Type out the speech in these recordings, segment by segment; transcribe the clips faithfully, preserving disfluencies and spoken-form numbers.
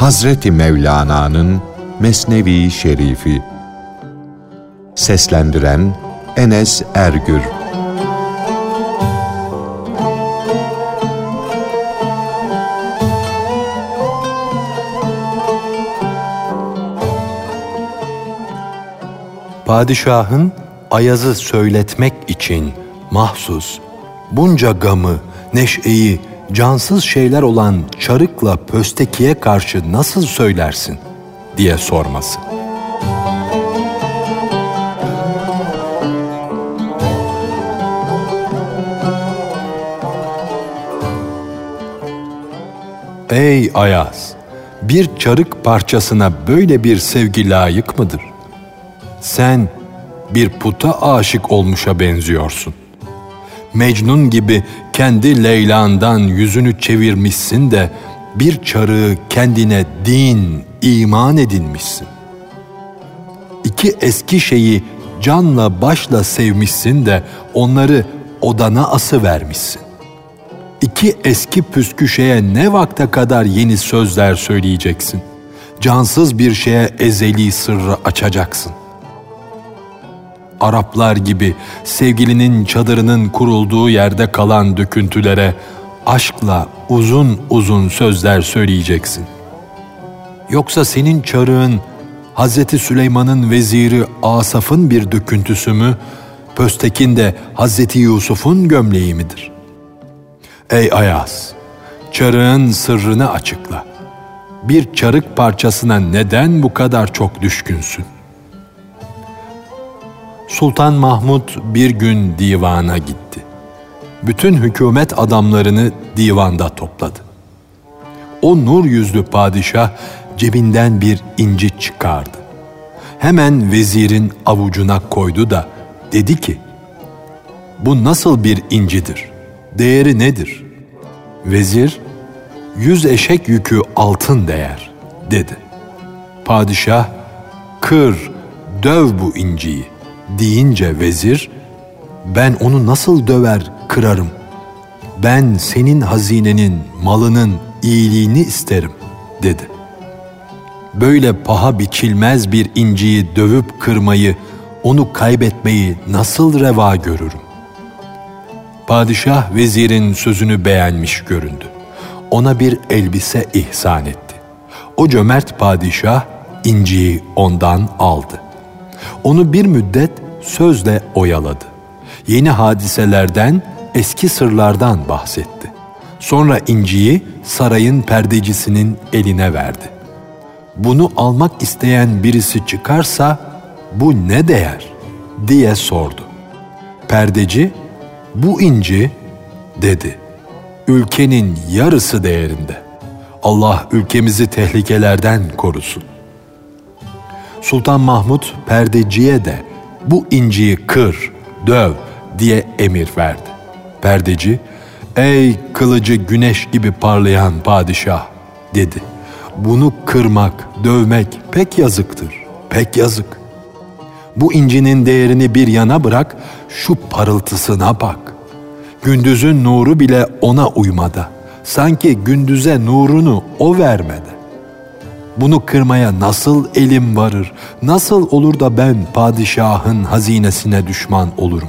Hazreti Mevlana'nın Mesnevi Şerifi. Seslendiren Enes Ergür. Padişahın Ayaz'ı söyletmek için mahsus bunca gamı, neşeyi, cansız şeyler olan çarıkla pöstekiye karşı nasıl söylersin diye sorması. Ey Ayaz! Bir çarık parçasına böyle bir sevgi layık mıdır? Sen bir puta aşık olmuşa benziyorsun. Mecnun gibi kendi Leyla'ndan yüzünü çevirmişsin de bir çarığı kendine din, iman edinmişsin. İki eski şeyi canla başla sevmişsin de onları odana asıvermişsin. İki eski püskü şeye ne vakte kadar yeni sözler söyleyeceksin? Cansız bir şeye ezeli sırrı açacaksın. Araplar gibi sevgilinin çadırının kurulduğu yerde kalan döküntülere aşkla uzun uzun sözler söyleyeceksin. Yoksa senin çarığın Hazreti Süleyman'ın veziri Asaf'ın bir döküntüsü mü, pöstekin de Hazreti Yusuf'un gömleği midir? Ey Ayaz! Çarığın sırrını açıkla. Bir çarık parçasına neden bu kadar çok düşkünsün? Sultan Mahmud bir gün divana gitti. Bütün hükümet adamlarını divanda topladı. O nur yüzlü padişah cebinden bir inci çıkardı. Hemen vezirin avucuna koydu da dedi ki, "Bu nasıl bir incidir? Değeri nedir?" Vezir, "Yüz eşek yükü altın değer," dedi. Padişah, "Kır, döv bu inciyi," deyince vezir, "Ben onu nasıl döver, kırarım? Ben senin hazinenin, malının iyiliğini isterim," dedi. Böyle paha biçilmez bir inciyi dövüp kırmayı, onu kaybetmeyi nasıl reva görürüm? Padişah vezirin sözünü beğenmiş göründü. Ona bir elbise ihsan etti. O cömert padişah inciyi ondan aldı. Onu bir müddet sözle oyaladı. Yeni hadiselerden, eski sırlardan bahsetti. Sonra inciyi sarayın perdecisinin eline verdi. "Bunu almak isteyen birisi çıkarsa bu ne değer?" diye sordu. Perdeci, "Bu inci," dedi, "ülkenin yarısı değerinde. Allah ülkemizi tehlikelerden korusun." Sultan Mahmud perdeciye de "Bu inciyi kır, döv," diye emir verdi. Perdeci, "Ey kılıcı güneş gibi parlayan padişah," dedi. "Bunu kırmak, dövmek pek yazıktır, pek yazık. Bu incinin değerini bir yana bırak, şu parıltısına bak. Gündüzün nuru bile ona uymada. Sanki gündüze nurunu o vermedi. Bunu kırmaya nasıl elim varır, nasıl olur da ben padişahın hazinesine düşman olurum?"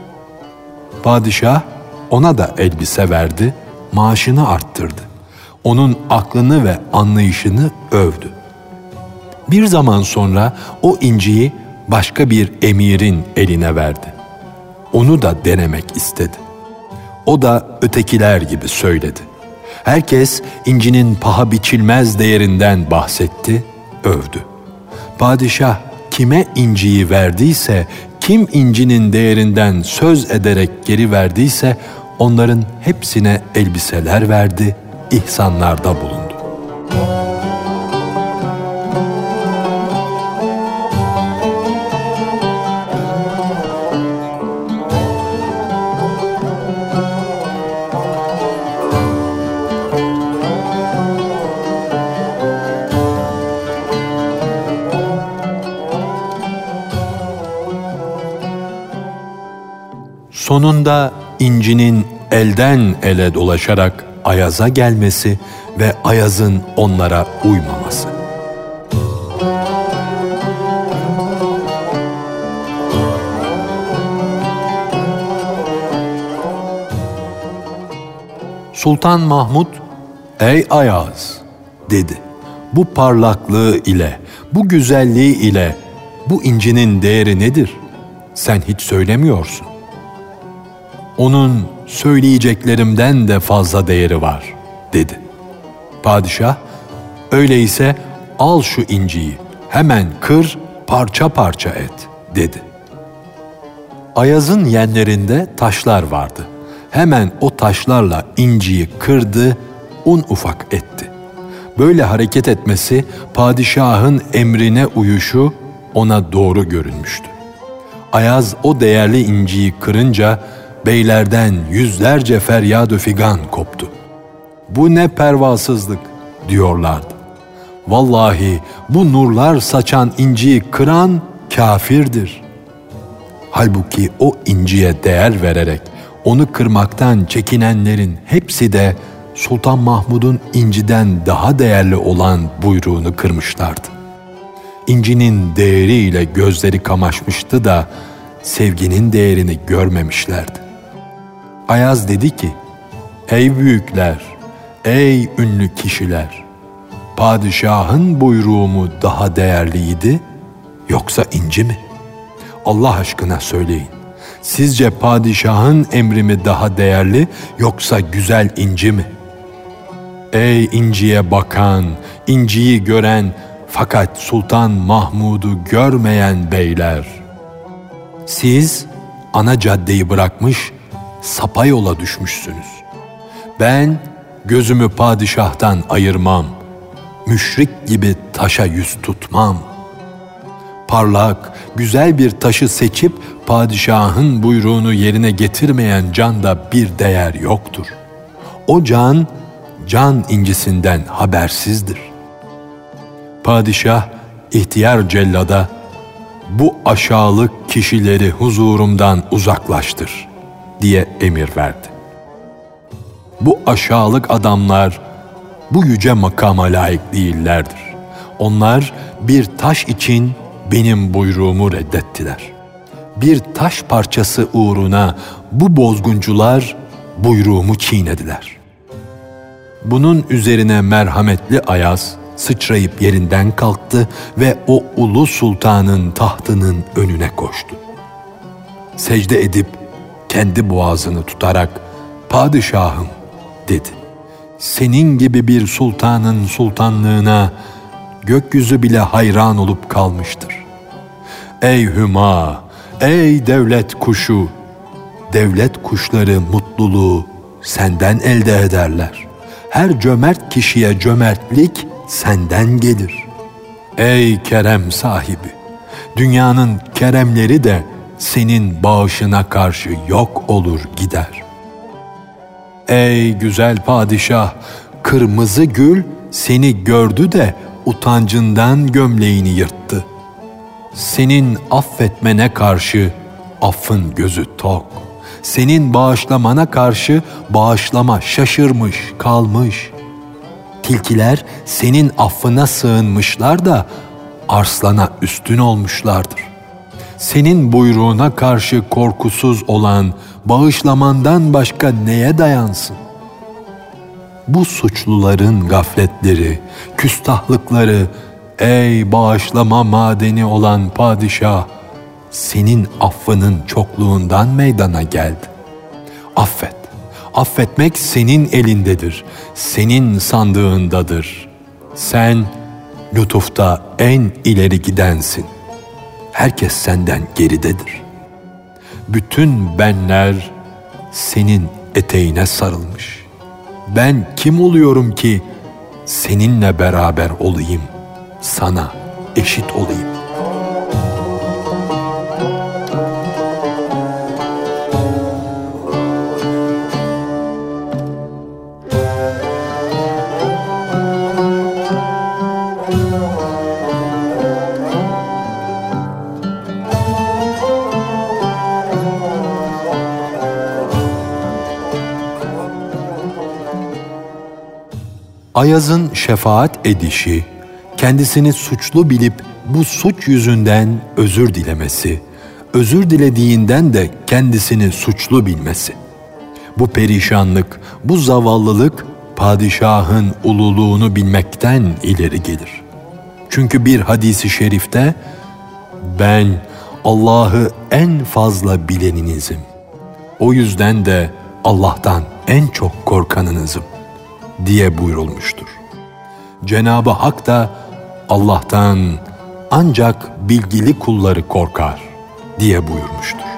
Padişah ona da elbise verdi, maaşını arttırdı. Onun aklını ve anlayışını övdü. Bir zaman sonra o inciyi başka bir emirin eline verdi. Onu da denemek istedi. O da ötekiler gibi söyledi. Herkes incinin paha biçilmez değerinden bahsetti, övdü. Padişah kime inciyi verdiyse, kim incinin değerinden söz ederek geri verdiyse, onların hepsine elbiseler verdi, ihsanlarda bulundu. Sonunda incinin elden ele dolaşarak Ayaz'a gelmesi ve Ayaz'ın onlara uymaması. Sultan Mahmud, "Ey Ayaz," dedi. "Bu parlaklığı ile, bu güzelliği ile bu incinin değeri nedir? Sen hiç söylemiyorsun." "Onun söyleyeceklerimden de fazla değeri var," dedi. Padişah, "Öyleyse al şu inciyi, hemen kır, parça parça et," dedi. Ayaz'ın yenlerinde taşlar vardı. Hemen o taşlarla inciyi kırdı, un ufak etti. Böyle hareket etmesi, padişahın emrine uyuşu ona doğru görünmüştü. Ayaz o değerli inciyi kırınca beylerden yüzlerce feryad-ı figan koptu. "Bu ne pervasızlık," diyorlardı. "Vallahi bu nurlar saçan inciyi kıran kâfirdir." Halbuki o inciye değer vererek onu kırmaktan çekinenlerin hepsi de Sultan Mahmud'un inciden daha değerli olan buyruğunu kırmışlardı. İncinin değeriyle gözleri kamaşmıştı da sevginin değerini görmemişlerdi. Ayaz dedi ki, "Ey büyükler, ey ünlü kişiler, padişahın buyruğu mu daha değerliydi yoksa inci mi? Allah aşkına söyleyin. Sizce padişahın emri mi daha değerli yoksa güzel inci mi? Ey inciye bakan, inciyi gören fakat Sultan Mahmud'u görmeyen beyler! Siz ana caddeyi bırakmış, sapa yola düşmüşsünüz. Ben gözümü padişahtan ayırmam, müşrik gibi taşa yüz tutmam. Parlak, güzel bir taşı seçip padişahın buyruğunu yerine getirmeyen canda bir değer yoktur. O can, can incisinden habersizdir." Padişah ihtiyar cellada, "Bu aşağılık kişileri huzurumdan uzaklaştır," diye emir verdi. Bu aşağılık adamlar bu yüce makama layık değillerdir. Onlar bir taş için benim buyruğumu reddettiler. Bir taş parçası uğruna bu bozguncular buyruğumu çiğnediler. Bunun üzerine merhametli Ayaz sıçrayıp yerinden kalktı ve o ulu sultanın tahtının önüne koştu. Secde edip kendi boğazını tutarak, "Padişahım," dedi. "Senin gibi bir sultanın sultanlığına gökyüzü bile hayran olup kalmıştır. Ey hüma, ey devlet kuşu, devlet kuşları mutluluğu senden elde ederler. Her cömert kişiye cömertlik senden gelir. Ey kerem sahibi, dünyanın keremleri de senin bağışına karşı yok olur gider. Ey güzel padişah, kırmızı gül seni gördü de utancından gömleğini yırttı. Senin affetmene karşı affın gözü tok. Senin bağışlamana karşı bağışlama şaşırmış kalmış. Tilkiler senin affına sığınmışlar da arslana üstün olmuşlardır. Senin buyruğuna karşı korkusuz olan bağışlamandan başka neye dayansın? Bu suçluların gafletleri, küstahlıkları, ey bağışlama madeni olan padişah, senin affının çokluğundan meydana geldi. Affet, affetmek senin elindedir, senin sandığındadır. Sen lütufta en ileri gidensin. Herkes senden geridedir. Bütün benler senin eteğine sarılmış. Ben kim oluyorum ki seninle beraber olayım, sana eşit olayım? Ayaz'ın şefaat edişi, kendisini suçlu bilip bu suç yüzünden özür dilemesi, özür dilediğinden de kendisini suçlu bilmesi. Bu perişanlık, bu zavallılık padişahın ululuğunu bilmekten ileri gelir. Çünkü bir hadisi şerifte ben Allah'ı en fazla bileninizim. O yüzden de Allah'tan en çok korkanınızım diye buyurulmuştur. Cenab-ı Hak da Allah'tan ancak bilgili kulları korkar diye buyurmuştur.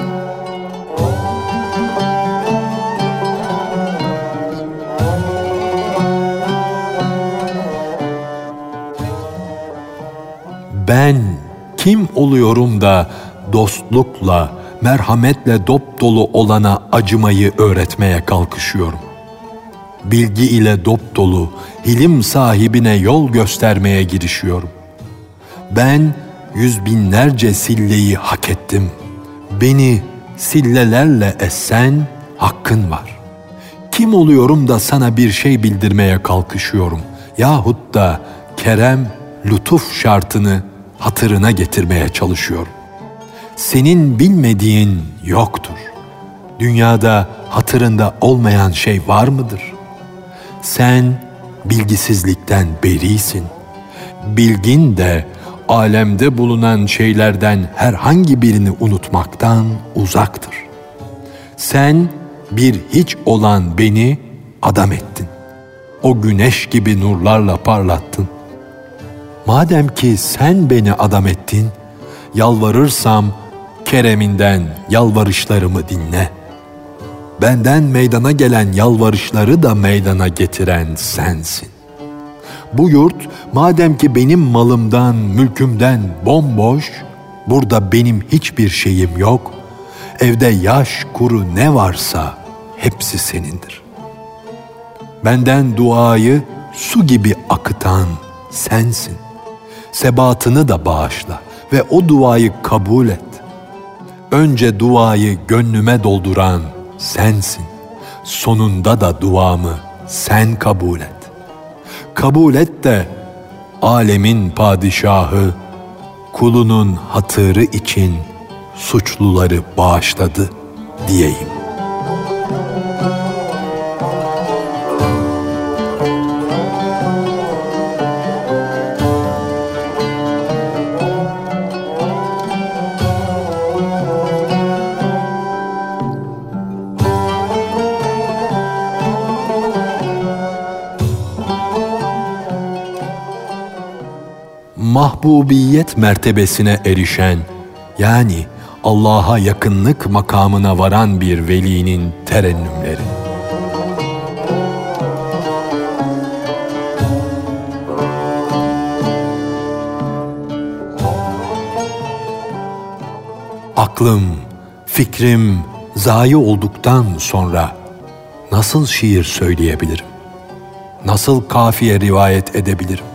Ben kim oluyorum da dostlukla, merhametle dopdolu olana acımayı öğretmeye kalkışıyorum? Bilgi ile dopdolu, hilim sahibine yol göstermeye girişiyorum. Ben yüz binlerce silleyi hak ettim. Beni sillelerle essen hakkın var. Kim oluyorum da sana bir şey bildirmeye kalkışıyorum? Yahut da kerem, lütuf şartını hatırına getirmeye çalışıyorum. Senin bilmediğin yoktur. Dünyada hatırında olmayan şey var mıdır? Sen bilgisizlikten berisin. Bilgin de alemde bulunan şeylerden herhangi birini unutmaktan uzaktır. Sen bir hiç olan beni adam ettin. O güneş gibi nurlarla parlattın. Madem ki sen beni adam ettin, yalvarırsam kereminden yalvarışlarımı dinle. Benden meydana gelen yalvarışları da meydana getiren sensin. Bu yurt madem ki benim malımdan, mülkümden bomboş, burada benim hiçbir şeyim yok, evde yaş, kuru ne varsa hepsi senindir. Benden duayı su gibi akıtan sensin. Sebatını da bağışla ve o duayı kabul et. Önce duayı gönlüme dolduran sensin. Sonunda da duamı sen kabul et. Kabul et de alemin padişahı kulunun hatırı için suçluları bağışladı diyeyim. Mahbubiyet mertebesine erişen, yani Allah'a yakınlık makamına varan bir velinin terennümleri. Aklım, fikrim zayi olduktan sonra nasıl şiir söyleyebilirim? Nasıl kafiye rivayet edebilirim?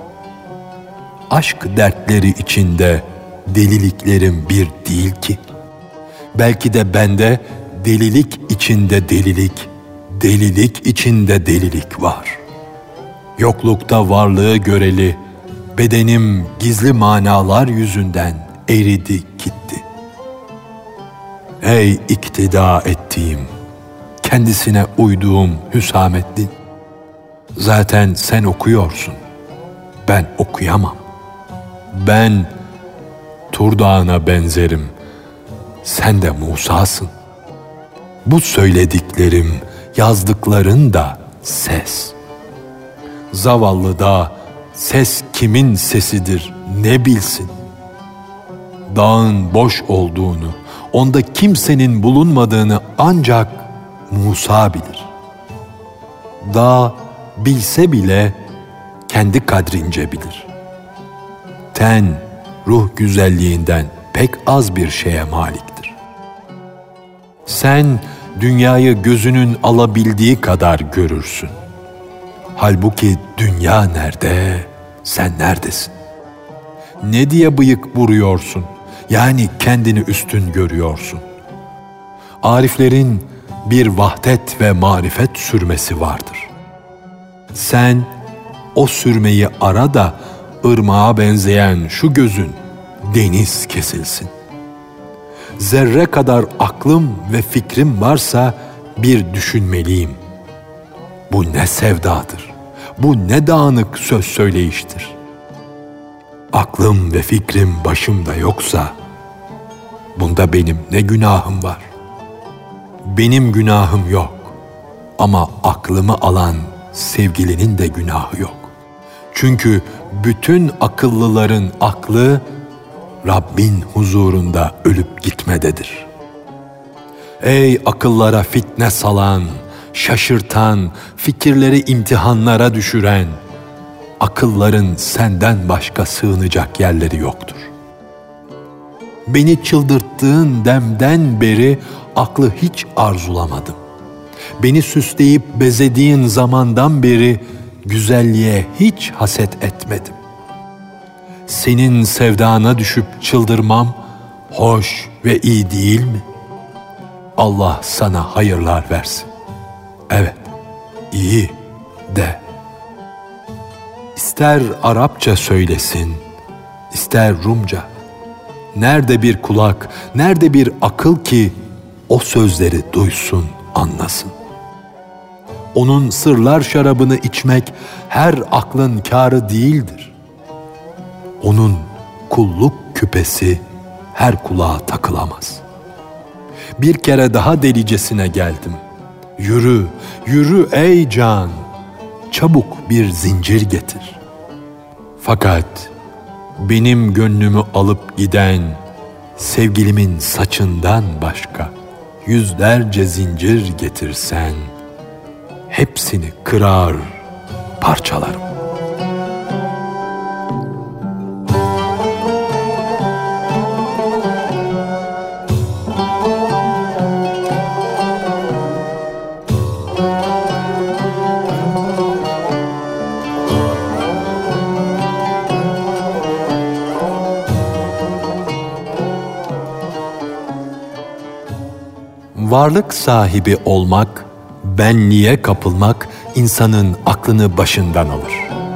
Aşk dertleri içinde deliliklerim bir değil ki. Belki de bende delilik içinde delilik, delilik içinde delilik var. Yoklukta varlığı göreli, bedenim gizli manalar yüzünden eridi gitti. Ey iktida ettiğim, kendisine uyduğum Hüsamettin, zaten sen okuyorsun, ben okuyamam. Ben Tur Dağı'na benzerim, sen de Musa'sın. Bu söylediklerim, yazdıkların da ses. Zavallı dağ, ses kimin sesidir ne bilsin? Dağın boş olduğunu, onda kimsenin bulunmadığını ancak Musa bilir. Dağ bilse bile kendi kadrince bilir. Ten, ruh güzelliğinden pek az bir şeye maliktir. Sen dünyayı gözünün alabildiği kadar görürsün. Halbuki dünya nerede, sen neredesin? Ne diye bıyık vuruyorsun, yani kendini üstün görüyorsun? Ariflerin bir vahdet ve marifet sürmesi vardır. Sen o sürmeyi ara da ırmağa benzeyen şu gözün deniz kesilsin. Zerre kadar aklım ve fikrim varsa bir düşünmeliyim. Bu ne sevdadır, bu ne dağınık söz söyleyiştir. Aklım ve fikrim başımda yoksa, bunda benim ne günahım var? Benim günahım yok ama aklımı alan sevgilinin de günahı yok. Çünkü bütün akıllıların aklı Rabbin huzurunda ölüp gitmededir. Ey akıllara fitne salan, şaşırtan, fikirleri imtihanlara düşüren, akılların senden başka sığınacak yerleri yoktur. Beni çıldırttığın demden beri aklı hiç arzulamadım. Beni süsleyip bezediğin zamandan beri güzelliğe hiç haset etmedim. Senin sevdana düşüp çıldırmam hoş ve iyi değil mi? Allah sana hayırlar versin. Evet, iyi de. İster Arapça söylesin, ister Rumca. Nerede bir kulak, nerede bir akıl ki o sözleri duysun, anlasın. Onun sırlar şarabını içmek her aklın kârı değildir. Onun kulluk küpesi her kulağa takılamaz. Bir kere daha delicesine geldim. Yürü, yürü ey can, çabuk bir zincir getir. Fakat benim gönlümü alıp giden sevgilimin saçından başka yüzlerce zincir getirsen, hepsini kırar, parçalarım. Varlık sahibi olmak, benliğe kapılmak insanın aklını başından alır.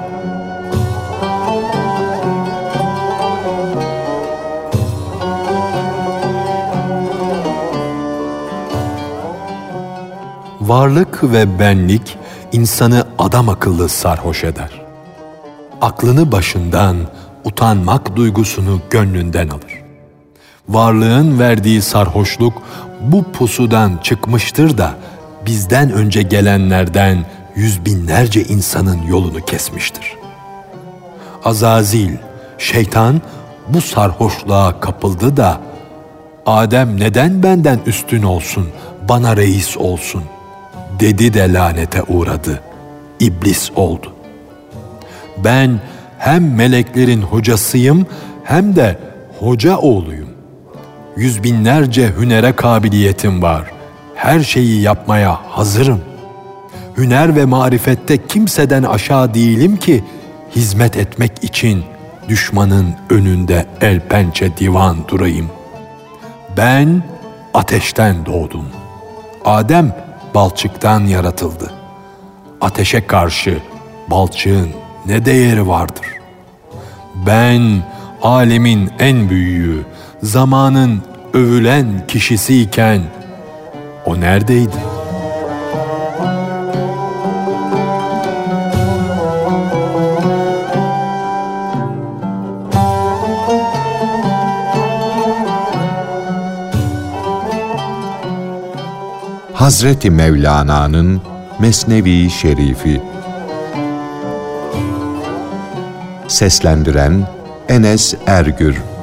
Varlık ve benlik insanı adam akıllı sarhoş eder. Aklını başından, utanmak duygusunu gönlünden alır. Varlığın verdiği sarhoşluk bu pusudan çıkmıştır da bizden önce gelenlerden yüz binlerce insanın yolunu kesmiştir. Azazil, şeytan bu sarhoşluğa kapıldı da Adem neden benden üstün olsun, bana reis olsun dedi de lanete uğradı, iblis oldu. Ben hem meleklerin hocasıyım hem de hoca oğluyum. Yüz binlerce hünere kabiliyetim var. Her şeyi yapmaya hazırım. Hüner ve marifette kimseden aşağı değilim ki hizmet etmek için düşmanın önünde el pençe divan durayım. Ben ateşten doğdum. Adem balçıktan yaratıldı. Ateşe karşı balçığın ne değeri vardır? Ben alemin en büyüğü, zamanın övülen kişisiyken o neredeydi? Hazreti Mevlana'nın Mesnevi Şerifi. Seslendiren Enes Ergür.